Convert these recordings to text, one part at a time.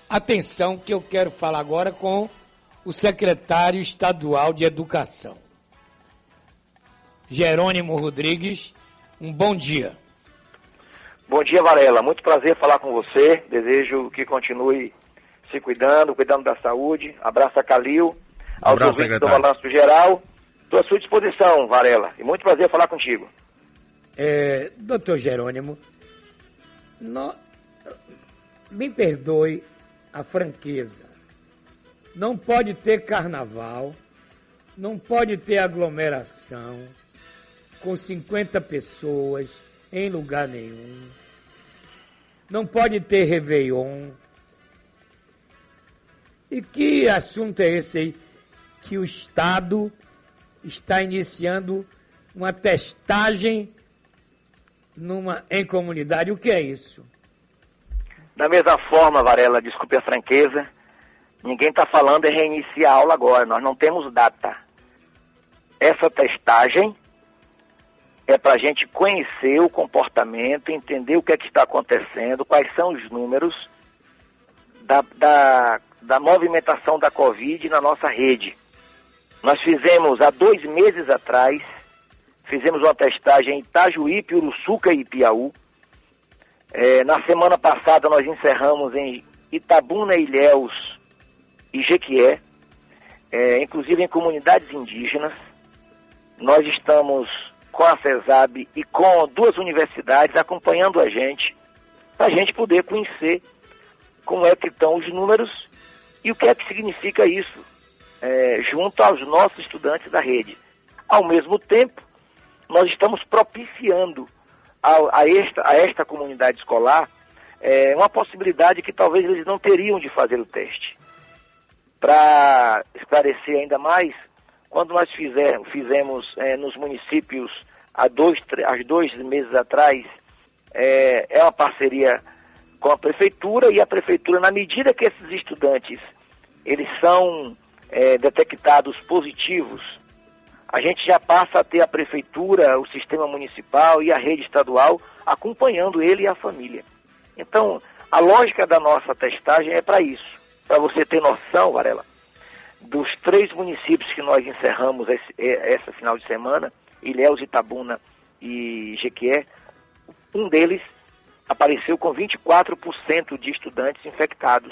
Atenção que eu quero falar agora com o secretário estadual de Educação, Jerônimo Rodrigues. Um bom dia. Bom dia, Varela. Muito prazer falar com você. Desejo que continue se cuidando da saúde. Abraço a Calil, aos ouvintes do Balanço Geral. Estou à sua disposição, Varela. E muito prazer falar contigo. Doutor Jerônimo, me perdoe a franqueza. Não pode ter carnaval, não pode ter aglomeração com 50 pessoas em lugar nenhum. Não pode ter Réveillon. E que assunto é esse aí? Que o Estado está iniciando uma testagem em comunidade. O que é isso? Da mesma forma, Varela, desculpe a franqueza, ninguém está falando em reiniciar a aula agora, nós não temos data. Essa testagem é para a gente conhecer o comportamento, entender o que é que está acontecendo, quais são os números da movimentação da Covid na nossa rede. Nós fizemos, há 2 meses atrás, fizemos uma testagem em Itajuípe, Uruçuca e Piauí. Na semana passada nós encerramos em Itabuna, Ilhéus e Jequié, inclusive em comunidades indígenas. Nós estamos com a CESAB e com 2 universidades acompanhando a gente, para a gente poder conhecer como é que estão os números e o que é que significa isso, junto aos nossos estudantes da rede. Ao mesmo tempo, nós estamos propiciando a esta comunidade escolar uma possibilidade que talvez eles não teriam de fazer o teste. Para esclarecer ainda mais, quando nós fizemos nos municípios há 2 meses atrás, é uma parceria com a prefeitura, e a prefeitura, na medida que esses estudantes eles são detectados positivos, a gente já passa a ter a prefeitura, o sistema municipal e a rede estadual acompanhando ele e a família. Então, a lógica da nossa testagem é para isso. Para você ter noção, Varela, dos 3 municípios que nós encerramos esse final de semana, Ilhéus, Itabuna e Jequié, um deles apareceu com 24% de estudantes infectados,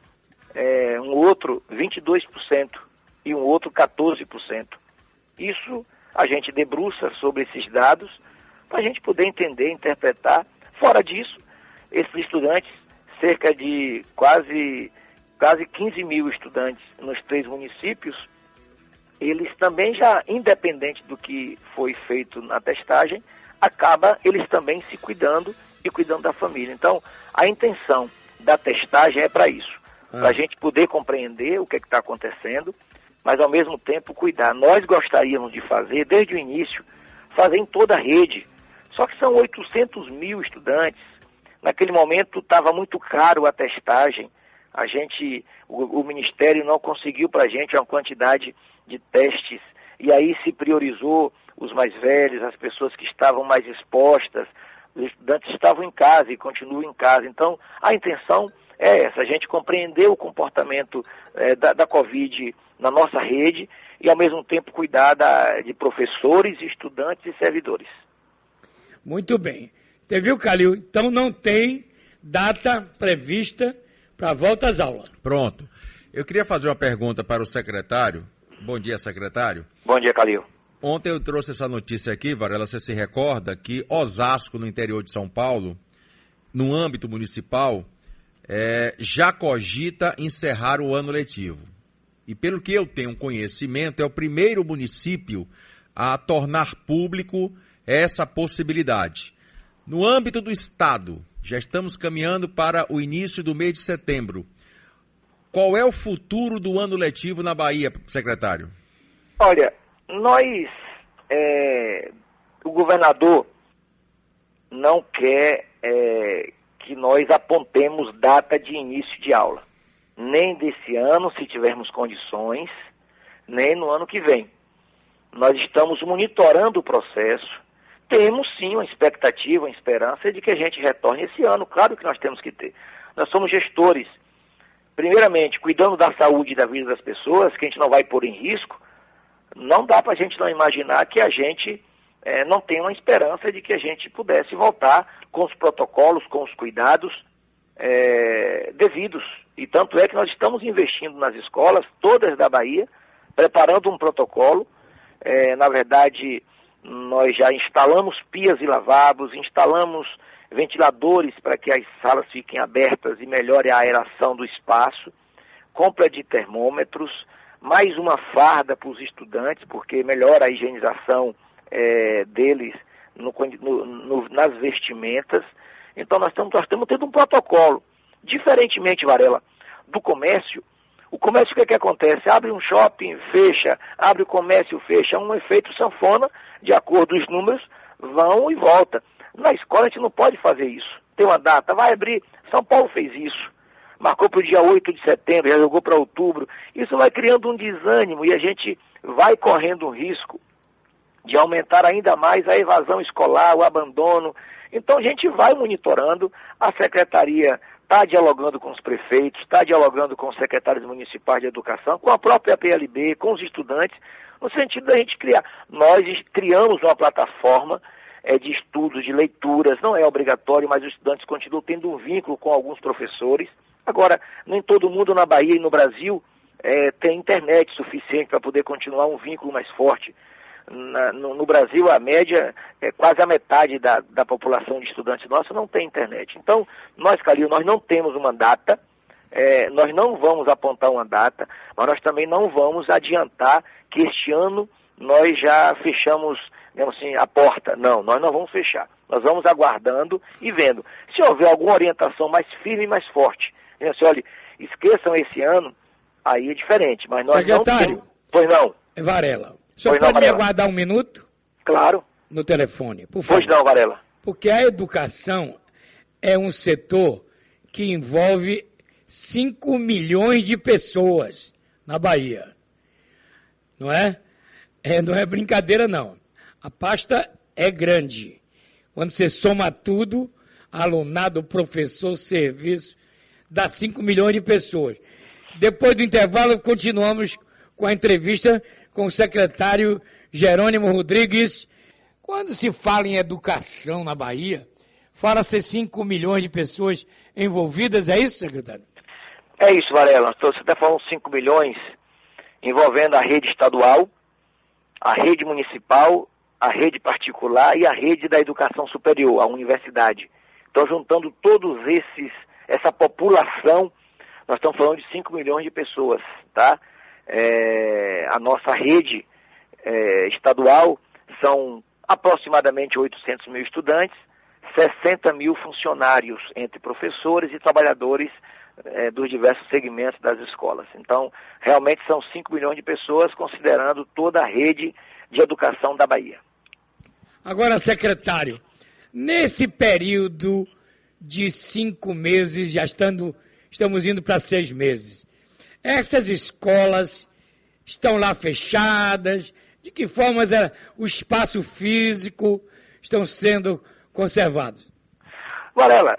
um outro 22% e um outro 14%. Isso a gente debruça sobre esses dados para a gente poder entender, interpretar. Fora disso, esses estudantes, cerca de quase 15 mil estudantes nos 3 municípios, eles também já, independente do que foi feito na testagem, acaba eles também se cuidando e cuidando da família. Então, a intenção da testagem é para isso, para a gente poder compreender o que está acontecendo, mas ao mesmo tempo cuidar. Nós gostaríamos de fazer, desde o início, fazer em toda a rede, só que são 800 mil estudantes. Naquele momento estava muito caro a testagem, o Ministério não conseguiu para a gente uma quantidade de testes, e aí se priorizou os mais velhos, as pessoas que estavam mais expostas. Os estudantes estavam em casa e continuam em casa. Então, a intenção é essa, a gente compreender o comportamento da Covid na nossa rede e, ao mesmo tempo, cuidar de professores, estudantes e servidores. Muito bem. Você viu, Calil? Então, não tem data prevista para a volta às aulas. Pronto. Eu queria fazer uma pergunta para o secretário. Bom dia, secretário. Bom dia, Calil. Ontem eu trouxe essa notícia aqui, Varela, você se recorda que Osasco, no interior de São Paulo, no âmbito municipal, já cogita encerrar o ano letivo. E pelo que eu tenho conhecimento, é o primeiro município a tornar público essa possibilidade. No âmbito do Estado, já estamos caminhando para o início do mês de setembro. Qual é o futuro do ano letivo na Bahia, secretário? Olha, o governador não quer que nós apontemos data de início de aula. Nem desse ano, se tivermos condições, nem no ano que vem. Nós estamos monitorando o processo. Temos sim uma expectativa, uma esperança de que a gente retorne esse ano. Claro que nós temos que ter. Nós somos gestores. primeiramente, cuidando da saúde e da vida das pessoas, que a gente não vai pôr em risco, não dá para a gente não imaginar que a gente não tem uma esperança de que a gente pudesse voltar com os protocolos, com os cuidados devidos. E tanto é que nós estamos investindo nas escolas, todas da Bahia, preparando um protocolo. Na verdade, nós já instalamos pias e lavabos, instalamos ventiladores para que as salas fiquem abertas e melhore a aeração do espaço, compra de termômetros, mais uma farda para os estudantes, porque melhora a higienização deles nas vestimentas. Então nós estamos tendo um protocolo. Diferentemente, Varela, do comércio, o comércio o que acontece? Abre um shopping, fecha, abre o comércio, fecha, um efeito sanfona, de acordo com os números, vão e volta. Na escola a gente não pode fazer isso. Tem uma data, vai abrir. São Paulo fez isso. Marcou para o dia 8 de setembro, já jogou para outubro. Isso vai criando um desânimo e a gente vai correndo um risco de aumentar ainda mais a evasão escolar, o abandono. Então a gente vai monitorando, a secretaria está dialogando com os prefeitos, está dialogando com os secretários municipais de educação, com a própria PLB, com os estudantes, no sentido da gente criar. Nós criamos uma plataforma de estudos, de leituras, não é obrigatório, mas os estudantes continuam tendo um vínculo com alguns professores. Agora, nem todo mundo na Bahia e no Brasil tem internet suficiente para poder continuar um vínculo mais forte. No Brasil, a média, quase a metade da população de estudantes nossa não tem internet. Então, nós, Calil, nós não temos uma data, nós não vamos apontar uma data, mas nós também não vamos adiantar que este ano nós já fechamos, digamos assim, a porta. Não, nós não vamos fechar. Nós vamos aguardando e vendo. Se houver alguma orientação mais firme e mais forte, assim, olha, esqueçam esse ano, aí é diferente. Mas nós Secretário, não temos... Pois não. Varela, o senhor pode me aguardar um minuto? Claro. No telefone, por favor. Pois não, Varela. Porque a educação é um setor que envolve 5 milhões de pessoas na Bahia. Não é? Não é brincadeira, não. A pasta é grande. Quando você soma tudo, alunado, professor, serviço, dá 5 milhões de pessoas. Depois do intervalo, continuamos com a entrevista com o secretário Jerônimo Rodrigues. Quando se fala em educação na Bahia, fala-se 5 milhões de pessoas envolvidas, é isso, secretário? É isso, Varela. Você está falando 5 milhões envolvendo a rede estadual, a rede municipal, a rede particular e a rede da educação superior, a universidade. Então, juntando todos essa população, nós estamos falando de 5 milhões de pessoas, tá? A nossa rede estadual são aproximadamente 800 mil estudantes, 60 mil funcionários entre professores e trabalhadores dos diversos segmentos das escolas. Então, realmente são 5 milhões de pessoas, considerando toda a rede de educação da Bahia. Agora, secretário, nesse período de 5 meses, estamos indo para 6 meses, essas escolas estão lá fechadas? De que forma o espaço físico estão sendo conservados? Varela,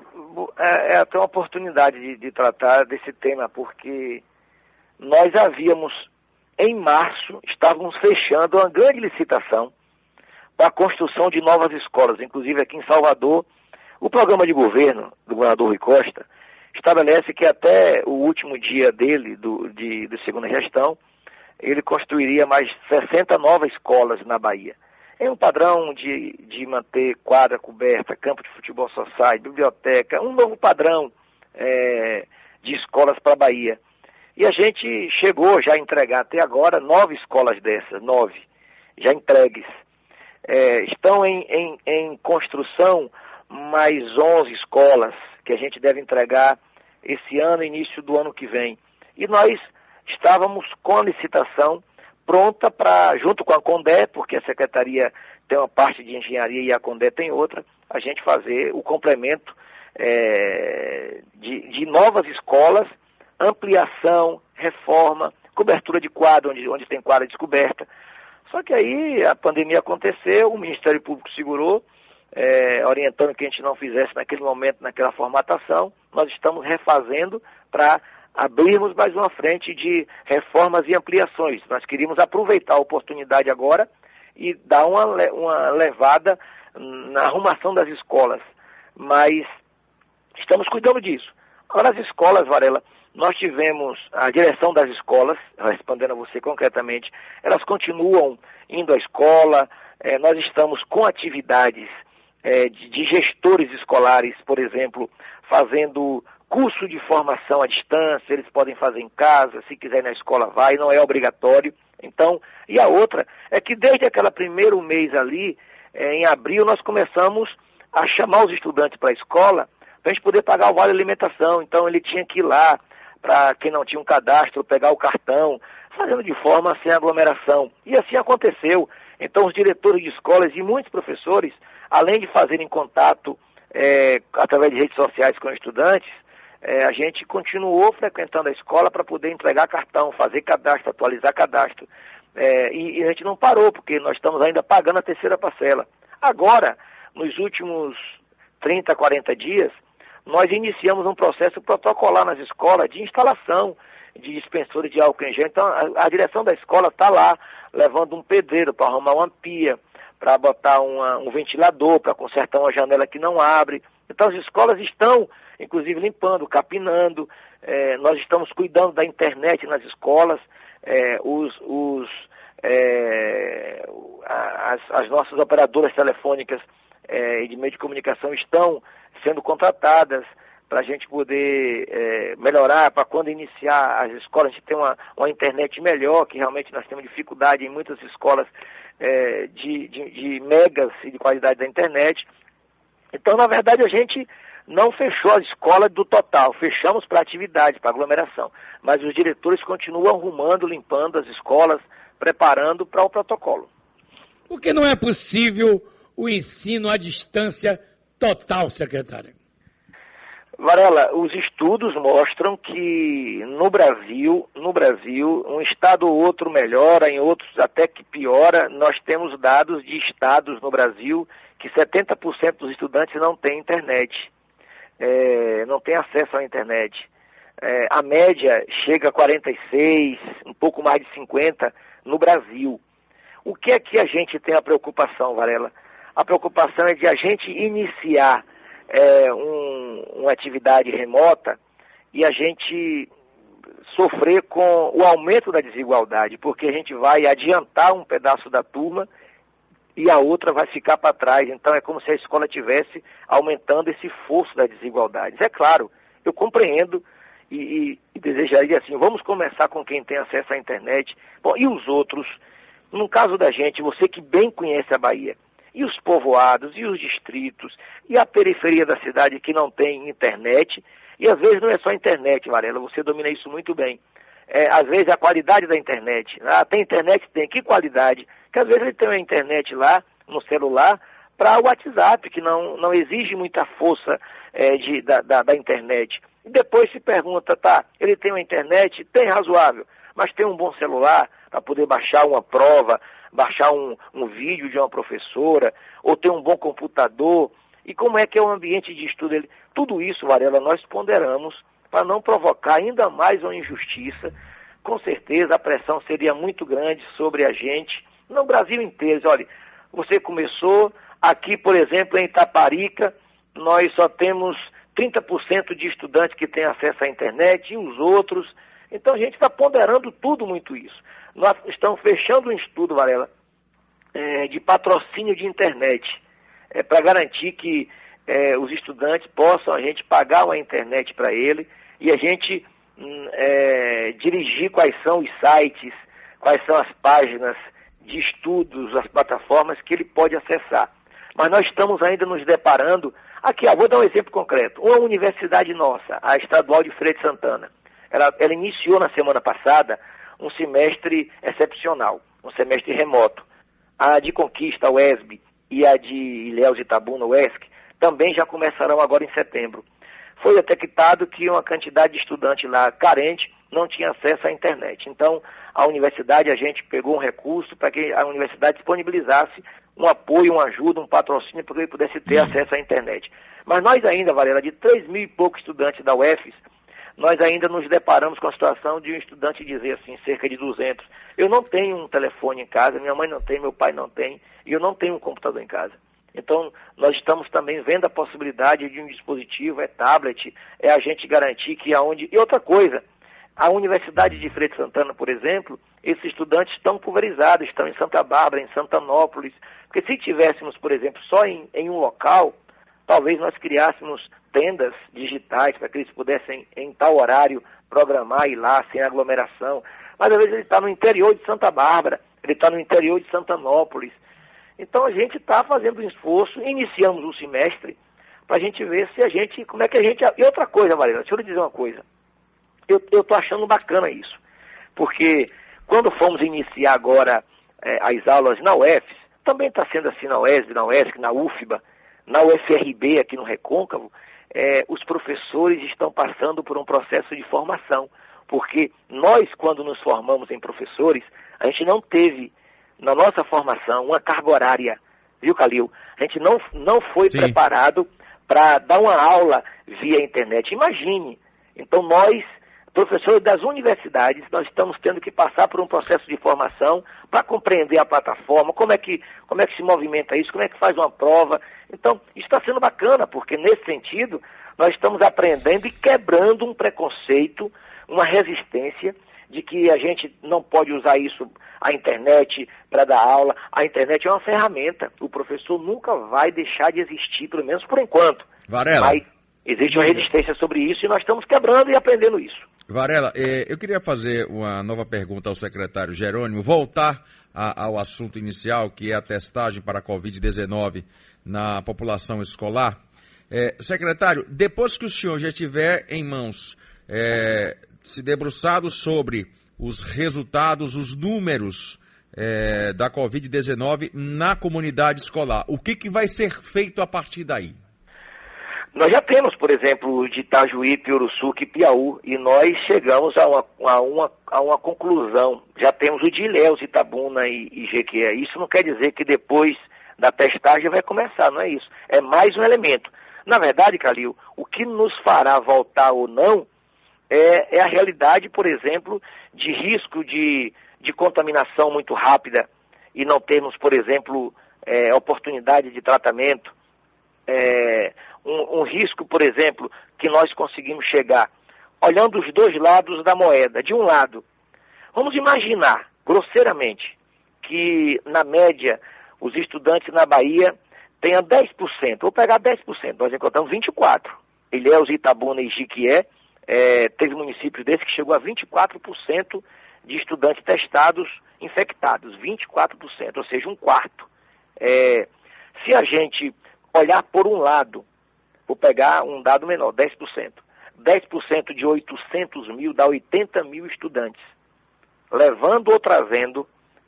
é até uma oportunidade de tratar desse tema, porque nós havíamos, em março, estávamos fechando uma grande licitação para a construção de novas escolas. Inclusive aqui em Salvador, o programa de governo do governador Rui Costa estabelece que até o último dia dele, de segunda gestão, ele construiria mais 60 novas escolas na Bahia. É um padrão de manter quadra coberta, campo de futebol society, biblioteca, um novo padrão de escolas para a Bahia. E a gente chegou já a entregar até agora 9 escolas dessas, 9, já entregues. Estão em construção mais 11 escolas que a gente deve entregar esse ano, início do ano que vem. E nós estávamos com a licitação pronta para, junto com a Condé, porque a Secretaria tem uma parte de engenharia e a Condé tem outra, a gente fazer o complemento de novas escolas, ampliação, reforma, cobertura de quadra, onde tem quadra descoberta. Só que aí a pandemia aconteceu, o Ministério Público segurou, orientando que a gente não fizesse naquele momento, naquela formatação. Nós estamos refazendo para abrirmos mais uma frente de reformas e ampliações. Nós queríamos aproveitar a oportunidade agora e dar uma levada na arrumação das escolas, mas estamos cuidando disso. Agora, as escolas, Varela, nós tivemos a direção das escolas, respondendo a você concretamente, elas continuam indo à escola, nós estamos com atividades de gestores escolares, por exemplo, fazendo curso de formação à distância, eles podem fazer em casa, se quiser ir na escola vai, não é obrigatório. Então, e a outra é que desde aquele primeiro mês ali, em abril, nós começamos a chamar os estudantes para a escola para a gente poder pagar o vale alimentação. Então ele tinha que ir lá, para quem não tinha um cadastro, pegar o cartão, fazendo de forma sem aglomeração. E assim aconteceu. Então os diretores de escolas e muitos professores, além de fazerem contato através de redes sociais com estudantes, a gente continuou frequentando a escola para poder entregar cartão, fazer cadastro, atualizar cadastro. E a gente não parou, porque nós estamos ainda pagando a terceira parcela. Agora, nos últimos 30, 40 dias, nós iniciamos um processo protocolar nas escolas de instalação de dispensores de álcool em gel. Então, a direção da escola está lá, levando um pedreiro para arrumar uma pia, para botar um ventilador, para consertar uma janela que não abre. Então, as escolas estão, inclusive, limpando, capinando. Nós estamos cuidando da internet nas escolas. As nossas operadoras telefônicas e de meio de comunicação estão sendo contratadas para a gente poder melhorar, para quando iniciar as escolas, a gente ter uma internet melhor, que realmente nós temos dificuldade em muitas escolas de megas e de qualidade da internet. Então, na verdade, a gente não fechou a escola do total, fechamos para atividade, para aglomeração, mas os diretores continuam arrumando, limpando as escolas, preparando para o protocolo. Por que não é possível o ensino à distância total, secretário? Varela, os estudos mostram que no Brasil, um estado ou outro melhora, em outros até que piora. Nós temos dados de estados no Brasil que 70% dos estudantes não têm internet, não têm acesso à internet. A média chega a 46, um pouco mais de 50 no Brasil. O que é que a gente tem a preocupação, Varela? A preocupação é de a gente iniciar uma atividade remota e a gente sofrer com o aumento da desigualdade, porque a gente vai adiantar um pedaço da turma e a outra vai ficar para trás. Então é como se a escola estivesse aumentando esse fosso das desigualdades. É claro, eu compreendo e desejaria assim, vamos começar com quem tem acesso à internet. Bom, e os outros? No caso da gente, você que bem conhece a Bahia, e os povoados, e os distritos, e a periferia da cidade que não tem internet, e às vezes não é só internet, Varela, você domina isso muito bem. Às vezes a qualidade da internet. Tem internet? Tem. Que qualidade? Que às vezes ele tem uma internet lá, no celular, para o WhatsApp, que não exige muita força da internet. E depois se pergunta, ele tem uma internet? Tem, razoável, mas tem um bom celular para poder baixar uma prova, baixar um vídeo de uma professora, ou ter um bom computador. E como é que é o ambiente de estudo? Tudo isso, Varela, nós ponderamos para não provocar ainda mais uma injustiça. Com certeza a pressão seria muito grande sobre a gente, no Brasil inteiro. Olha, você começou, aqui, por exemplo, em Itaparica, nós só temos 30% de estudantes que têm acesso à internet e os outros. Então a gente está ponderando tudo muito isso. Nós estamos fechando um estudo, Varela, de patrocínio de internet, para garantir que os estudantes possam a gente pagar uma internet para ele e a gente dirigir quais são os sites, quais são as páginas de estudos, as plataformas que ele pode acessar. Mas nós estamos ainda nos deparando, aqui, vou dar um exemplo concreto, uma universidade nossa, a Estadual de Feira de Santana, ela iniciou na semana passada um semestre excepcional, um semestre remoto. A de Conquista, a UESB, e a de Ilhéus e Itabuna, UESC, também já começarão agora em setembro. Foi detectado que uma quantidade de estudantes lá carente não tinha acesso à internet. Então, a universidade, a gente pegou um recurso para que a universidade disponibilizasse um apoio, uma ajuda, um patrocínio para que ele pudesse ter acesso à internet. Mas nós ainda, Varela, de 3 mil e poucos estudantes da UFES, nós ainda nos deparamos com a situação de um estudante dizer assim, cerca de 200, eu não tenho um telefone em casa, minha mãe não tem, meu pai não tem, e eu não tenho um computador em casa. Então, nós estamos também vendo a possibilidade de um dispositivo, tablet, a gente garantir que aonde... E outra coisa, a Universidade de Feira de Santana, por exemplo, esses estudantes estão pulverizados, estão em Santa Bárbara, em Santanópolis, porque se tivéssemos, por exemplo, só em um local, talvez nós criássemos tendas digitais para que eles pudessem, em tal horário, programar e ir lá, sem aglomeração. Mas às vezes ele está no interior de Santa Bárbara, ele está no interior de Santanópolis. Então a gente está fazendo um esforço, iniciamos o semestre, para a gente ver se a gente, como é que a gente... E outra coisa, Marina, deixa eu lhe dizer uma coisa. Eu estou achando bacana isso, porque quando fomos iniciar agora as aulas na UFES, também está sendo assim na UESB, na UESC, na UFBA, na UFRB aqui no Recôncavo, os professores estão passando por um processo de formação, porque nós, quando nos formamos em professores, a gente não teve, na nossa formação, uma carga horária, viu, Calil? A gente não foi Sim. preparado para dar uma aula via internet. Imagine, então nós, professores das universidades, nós estamos tendo que passar por um processo de formação para compreender a plataforma, como é que se movimenta isso, como é que faz uma prova. Então, isso está sendo bacana, porque nesse sentido, nós estamos aprendendo e quebrando um preconceito, uma resistência de que a gente não pode usar isso, a internet, para dar aula. A internet é uma ferramenta. O professor nunca vai deixar de existir, pelo menos por enquanto. Varela. Mas existe uma resistência sobre isso e nós estamos quebrando e aprendendo isso. Varela, eu queria fazer uma nova pergunta ao secretário Jerônimo, voltar ao assunto inicial, que é a testagem para a Covid-19 na população escolar. Secretário, depois que o senhor já tiver em mãos, se debruçado sobre os resultados, os números da Covid-19 na comunidade escolar, o que vai ser feito a partir daí? Nós já temos, por exemplo, de Itajuípe, Uruçuca e Piauí, e nós chegamos a uma conclusão. Já temos o de Ilhéus, Itabuna e Jequié. Isso não quer dizer que depois da testagem vai começar, não é isso. É mais um elemento. Na verdade, Calil, o que nos fará voltar ou não é a realidade, por exemplo, de risco de contaminação muito rápida e não termos, por exemplo, oportunidade de tratamento. Um risco, por exemplo, que nós conseguimos chegar, olhando os dois lados da moeda. De um lado, vamos imaginar, grosseiramente, que, na média, os estudantes na Bahia tenham 10%. Vou pegar 10%, nós encontramos 24%. Ilhéus, Itabuna e Jequié, teve municípios desses que chegou a 24% de estudantes testados infectados. 24%, ou seja, um quarto. Se a gente olhar por um lado, vou pegar um dado menor, 10%. 10% de 800 mil dá 80 mil estudantes, levando ou trazendo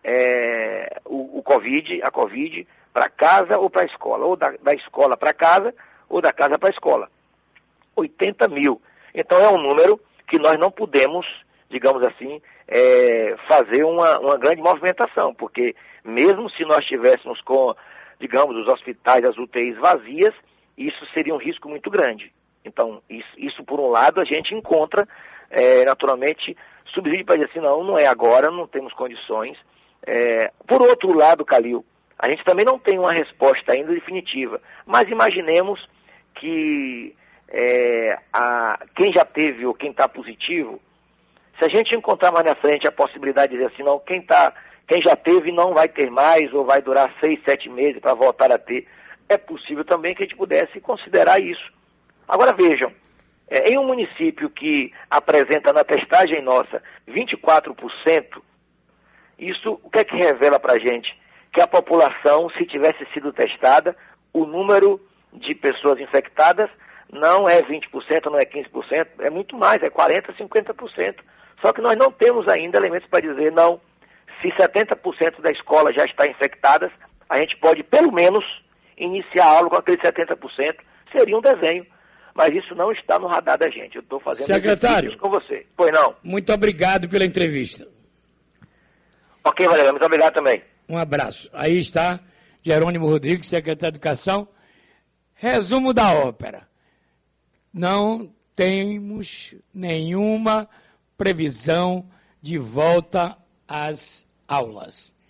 a Covid para casa ou para a escola, ou da escola para casa, ou da casa para a escola. 80 mil. Então é um número que nós não podemos, digamos assim, fazer uma grande movimentação, porque mesmo se nós estivéssemos com, digamos, os hospitais, as UTIs vazias, isso seria um risco muito grande. Então, isso por um lado, a gente encontra, naturalmente, subsídio para dizer assim, não é agora, não temos condições. Por outro lado, Calil, a gente também não tem uma resposta ainda definitiva, mas imaginemos que quem já teve ou quem está positivo, se a gente encontrar mais na frente a possibilidade de dizer assim, quem já teve não vai ter mais, ou vai durar 6, 7 meses para voltar a ter, é possível também que a gente pudesse considerar isso. Agora vejam, em um município que apresenta na testagem nossa 24%, isso o que é que revela para a gente? Que a população, se tivesse sido testada, o número de pessoas infectadas não é 20%, não é 15%, é muito mais, é 40%, 50%. Só que nós não temos ainda elementos para dizer, não, se 70% da escola já está infectadas, a gente pode, pelo menos, iniciar a aula com aqueles 70%, seria um desenho. Mas isso não está no radar da gente. Eu estou fazendo Secretário, com você. Pois não. Muito obrigado pela entrevista. Ok, Valéria, muito obrigado também. Um abraço. Aí está Jerônimo Rodrigues, secretário de Educação. Resumo da ópera. Não temos nenhuma previsão de volta às aulas.